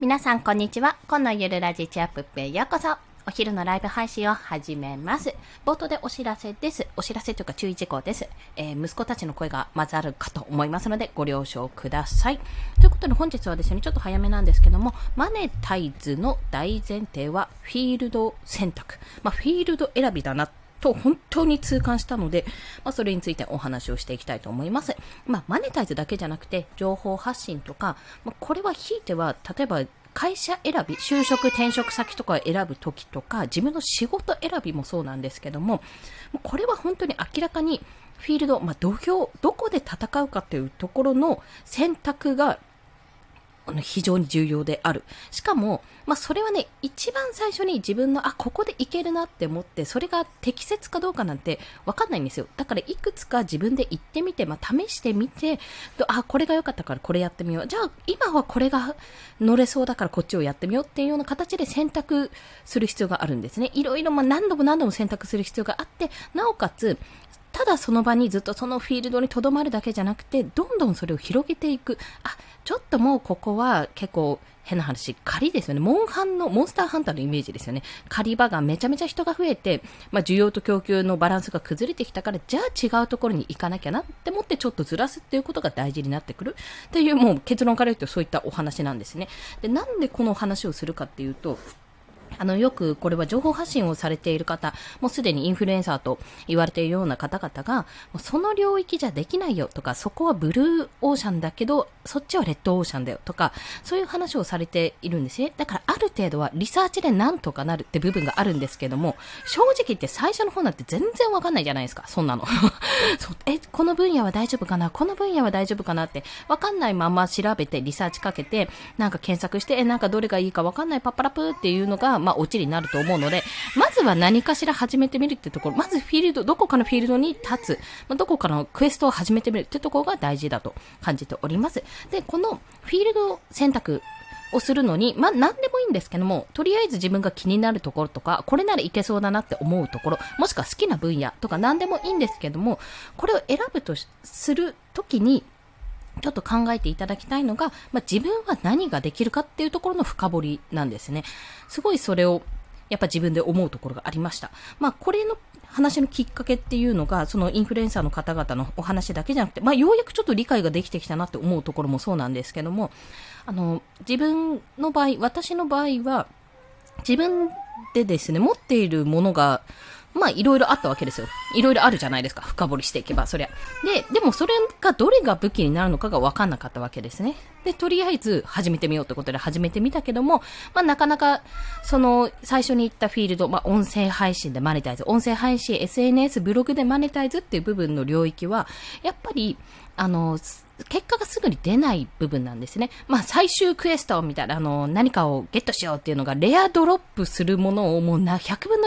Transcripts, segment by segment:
皆さんこんにちは。今のゆるラジチアップへようこそ。お昼のライブ配信を始めます。冒頭でお知らせです。お知らせというか注意事項です。息子たちの声が混ざるかと思いますのでご了承ください。ということで本日はですね、ちょっと早めなんですけども、マネタイズの大前提はフィールド選択。フィールド選びだなと本当に痛感したので、それについてお話をしていきたいと思います。マネタイズだけじゃなくて情報発信とか、これはひいては例えば会社選び、就職、転職先とかを選ぶときとか、自分の仕事選びもそうなんですけども、これは本当に明らかにフィールド、土俵、どこで戦うかというところの選択が非常に重要である。しかも、それはね、一番最初に自分の、ここでいけるなって思って、それが適切かどうかなんてわかんないんですよ。だからいくつか自分で行ってみて、試してみて、これが良かったからこれやってみよう。じゃあ、今はこれが乗れそうだからこっちをやってみようっていうような形で選択する必要があるんですね。いろいろ、何度も選択する必要があって、なおかつ、ただその場にずっとそのフィールドに留まるだけじゃなくて、どんどんそれを広げていく。ちょっともうここは結構変な話、狩りですよね。モンスターハンターのイメージですよね。狩り場がめちゃめちゃ人が増えて、需要と供給のバランスが崩れてきたから、じゃあ違うところに行かなきゃなって思ってちょっとずらすっていうことが大事になってくるっていう、もう結論から言うとそういったお話なんですね。で、なんでこの話をするかっていうと、よくこれは情報発信をされている方、もうすでにインフルエンサーと言われているような方々が、その領域じゃできないよとか、そこはブルーオーシャンだけど、そっちはレッドオーシャンだよとか、そういう話をされているんですね。だからある程度はリサーチでなんとかなるって部分があるんですけども、正直言って最初の方なんて全然わかんないじゃないですか、そんなの。この分野は大丈夫かな、この分野は大丈夫かなってわかんないまま調べてリサーチかけて、検索して、どれがいいかわかんないパッパラプーっていうのが、オチになると思うので、まずは何かしら始めてみるってところ、まずフィールド、どこかのフィールドに立つ、どこかのクエストを始めてみるってところが大事だと感じております。で、このフィールド選択をするのに、何でもいいんですけども、とりあえず自分が気になるところとか、これならいけそうだなって思うところ、もしくは好きな分野とか何でもいいんですけども、これを選ぶとするときに、ちょっと考えていただきたいのが、自分は何ができるかっていうところの深掘りなんですね。すごいそれをやっぱ自分で思うところがありました。これの話のきっかけっていうのが、そのインフルエンサーの方々のお話だけじゃなくて、ようやくちょっと理解ができてきたなって思うところもそうなんですけども、自分の場合、私の場合は、自分でですね、持っているものが、いろいろあったわけですよ。いろいろあるじゃないですか。深掘りしていけば、そりゃ。でもそれがどれが武器になるのかが分かんなかったわけですね。で、とりあえず始めてみようということで始めてみたけども、なかなか、最初に言ったフィールド、音声配信でマネタイズ、音声配信、SNS、ブログでマネタイズっていう部分の領域は、やっぱり、結果がすぐに出ない部分なんですね。最終クエストみたいな、何かをゲットしようっていうのが、レアドロップするものをもう100分の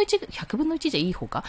1じゃいい方か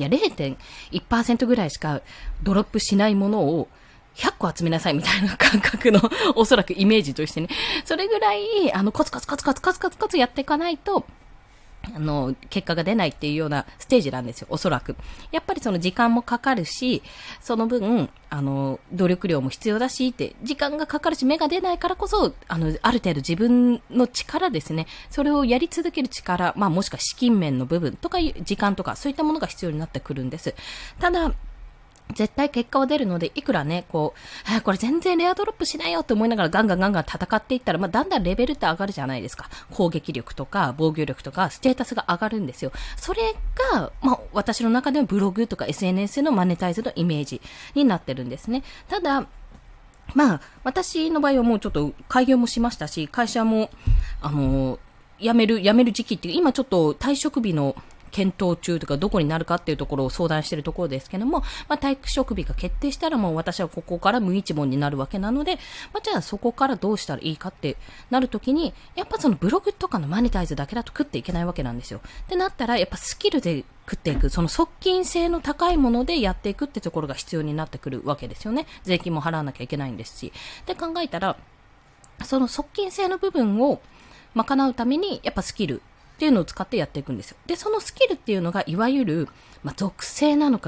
0.1% ぐらいしかドロップしないものを、100個集めなさいみたいな感覚の、おそらくイメージとしてね。それぐらい、コツコツやっていかないと、結果が出ないっていうようなステージなんですよ、おそらく。やっぱりその時間もかかるし、その分、努力量も必要だしって、時間がかかるし、芽が出ないからこそ、ある程度自分の力ですね、それをやり続ける力、もしくは資金面の部分とか、時間とか、そういったものが必要になってくるんです。ただ、絶対結果は出るので、いくらね、これ全然レアドロップしないよって思いながらガンガン戦っていったら、だんだんレベルって上がるじゃないですか。攻撃力とか防御力とかステータスが上がるんですよ。それが、私の中でのブログとか SNS のマネタイズのイメージになってるんですね。ただ、私の場合はもうちょっと開業もしましたし、会社も、辞める時期っていう、今ちょっと退職日の検討中とかどこになるかっていうところを相談しているところですけども、退職日が決定したらもう私はここから無一文になるわけなので、じゃあそこからどうしたらいいかってなるときに、やっぱそのブログとかのマネタイズだけだと食っていけないわけなんですよ。ってなったら、やっぱスキルで食っていく、その側近性の高いものでやっていくってところが必要になってくるわけですよね。税金も払わなきゃいけないんですし。で考えたら、その側近性の部分を賄うために、やっぱスキルっていうのを使ってやっていくんですよ。で、そのスキルっていうのが、いわゆる、属性なのか、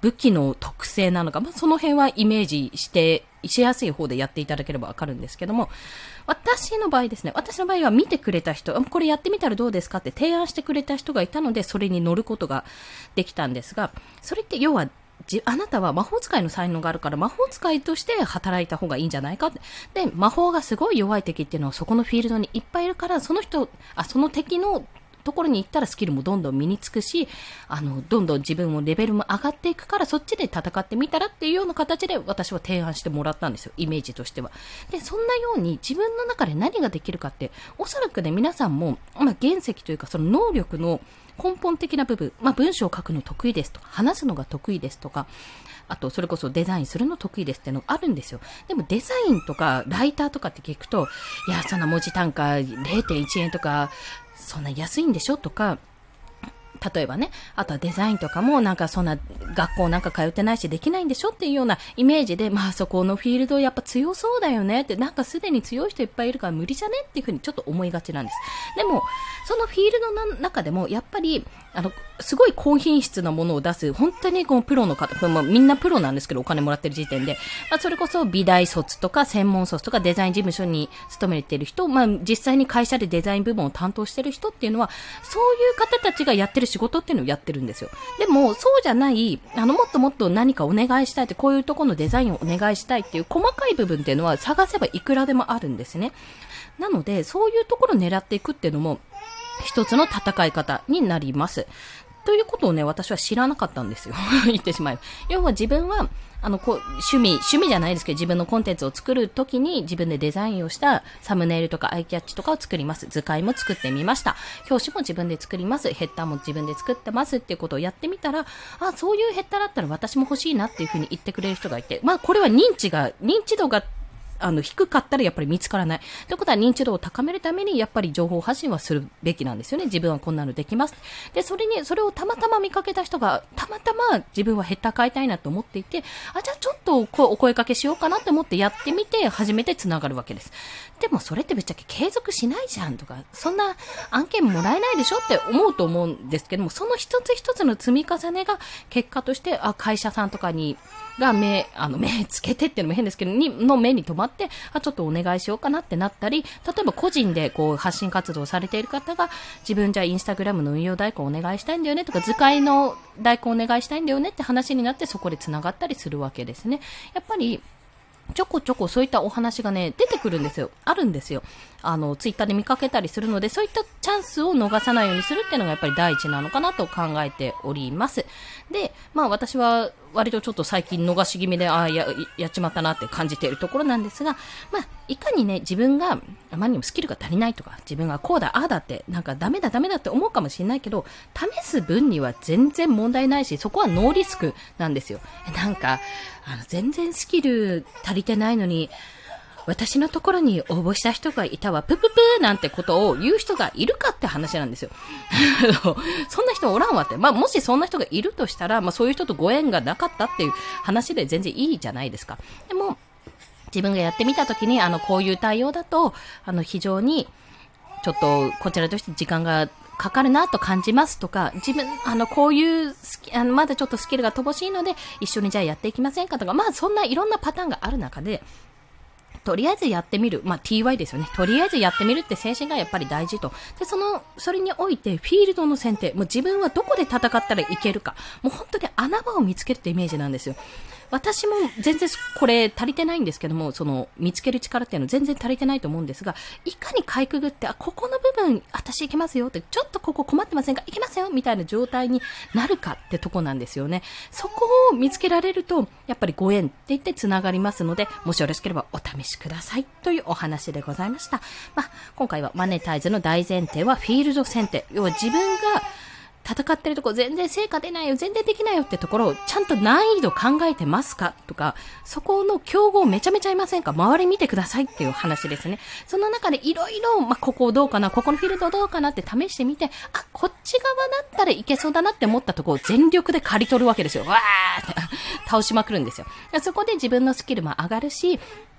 武器の特性なのか、その辺はイメージしやすい方でやっていただければわかるんですけども、私の場合ですね、私の場合は見てくれた人、これやってみたらどうですかって提案してくれた人がいたので、それに乗ることができたんですが、それって要は、あなたは魔法使いの才能があるから魔法使いとして働いた方がいいんじゃないかって。で、魔法がすごい弱い敵っていうのはそこのフィールドにいっぱいいるから、その敵のところに行ったらスキルもどんどん身につくし、どんどん自分もレベルも上がっていくから、そっちで戦ってみたらっていうような形で私は提案してもらったんですよ、イメージとしては。で、そんなように自分の中で何ができるかって、おそらくね、皆さんも、原石というかその能力の根本的な部分、文章を書くの得意ですとか、話すのが得意ですとか、あとそれこそデザインするの得意ですっていうのがあるんですよ。でもデザインとかライターとかって聞くと、いや、そんな文字単価 0.1 円とか、そんな安いんでしょとか、例えばね、あとはデザインとかもなんかそんな学校なんか通ってないしできないんでしょっていうようなイメージで、そこのフィールドやっぱ強そうだよねって、なんかすでに強い人いっぱいいるから無理じゃねっていうふうにちょっと思いがちなんです。でも、そのフィールドの中でもやっぱり、すごい高品質なものを出す、本当にこのプロの方、みんなプロなんですけど、お金もらってる時点で、それこそ美大卒とか専門卒とかデザイン事務所に勤めている人、実際に会社でデザイン部門を担当している人っていうのは、そういう方たちがやってる仕事っていうのをやってるんですよ。でも、そうじゃない、もっともっと何かお願いしたいって、こういうところのデザインをお願いしたいっていう細かい部分っていうのは探せばいくらでもあるんですね。なので、そういうところを狙っていくっていうのも、一つの戦い方になります。ということをね、私は知らなかったんですよ。言ってしまえば。要は自分は、趣味じゃないですけど、自分のコンテンツを作るときに自分でデザインをしたサムネイルとかアイキャッチとかを作ります。図解も作ってみました。表紙も自分で作ります。ヘッダーも自分で作ってますっていうことをやってみたら、そういうヘッダーだったら私も欲しいなっていうふうに言ってくれる人がいて、これは認知度が低かったらやっぱり見つからない。ということは認知度を高めるためにやっぱり情報発信はするべきなんですよね。自分はこんなのできます。で、それをたまたま見かけた人が、たまたま自分はヘッダー変えたいなと思っていて、じゃあちょっとお声かけしようかなって思ってやってみて、初めて繋がるわけです。でもそれってぶっちゃけ継続しないじゃんとか、そんな案件もらえないでしょって思うと思うんですけども、その一つ一つの積み重ねが結果として、会社さんとかが目つけてっていうのも変ですけど、の目に留まって、ちょっとお願いしようかなってなったり、例えば個人で発信活動されている方が、自分じゃあインスタグラムの運用代行お願いしたいんだよねとか、図解の代行お願いしたいんだよねって話になって、そこで繋がったりするわけですね。やっぱり、ちょこちょこそういったお話がね、出てくるんですよ。あるんですよ。ツイッターで見かけたりするので、そういったチャンスを逃さないようにするっていうのがやっぱり第一なのかなと考えております。で、私は割とちょっと最近逃し気味で、やっちまったなって感じているところなんですが、いかにね、自分があまりにもスキルが足りないとか、自分がこうだ、だって、なんかダメだって思うかもしれないけど、試す分には全然問題ないし、そこはノーリスクなんですよ。なんか、全然スキル足りてないのに、私のところに応募した人がいたわ、プププーなんてことを言う人がいるかって話なんですよ。そんな人おらんわって。もしそんな人がいるとしたら、そういう人とご縁がなかったっていう話で全然いいじゃないですか。でも、自分がやってみたときに、こういう対応だと、非常に、ちょっと、こちらとして時間がかかるなと感じますとか、自分、こういうまだちょっとスキルが乏しいので、一緒にじゃあやっていきませんかとか、そんないろんなパターンがある中で、とりあえずやってみる。TY ですよね。とりあえずやってみるって精神がやっぱり大事と。で、それにおいて、フィールドの選定。もう自分はどこで戦ったらいけるか。もう本当に穴場を見つけるってイメージなんですよ。私も全然これ足りてないんですけども、見つける力っていうのは全然足りてないと思うんですが、いかにかいくぐって、ここの部分、私いけますよって、ちょっとここ困ってませんか、いけますよみたいな状態になるかってとこなんですよね。そこを見つけられると、やっぱりご縁って言ってつながりますので、もしよろしければお試しくださいというお話でございました。今回はマネタイズの大前提はフィールド選定。要は自分が戦ってるとこ全然成果出ないよ、全然できないよってところをちゃんと難易度考えてますかとか、そこの競合めちゃめちゃいませんか、周り見てくださいっていう話ですね。その中でいろいろ、ここどうかな、ここのフィールドどうかなって試してみて、こっち側だったらいけそうだなって思ったところを全力で刈り取るわけですよ。わーって倒しまくるんですよ。そこで自分のスキルも上がるし、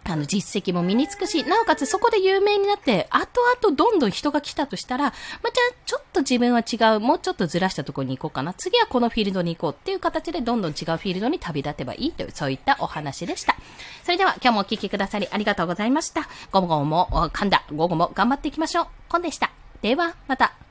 実績も身につくし、なおかつそこで有名になって、後々どんどん人が来たとしたら、じゃあちょっと自分は違う、もうちょっとずらしたところに行こうかな。次はこのフィールドに行こうっていう形でどんどん違うフィールドに旅立てばいいという、そういったお話でした。それでは今日もお聞きくださりありがとうございました。午後も頑張っていきましょう。コンでした。では、また。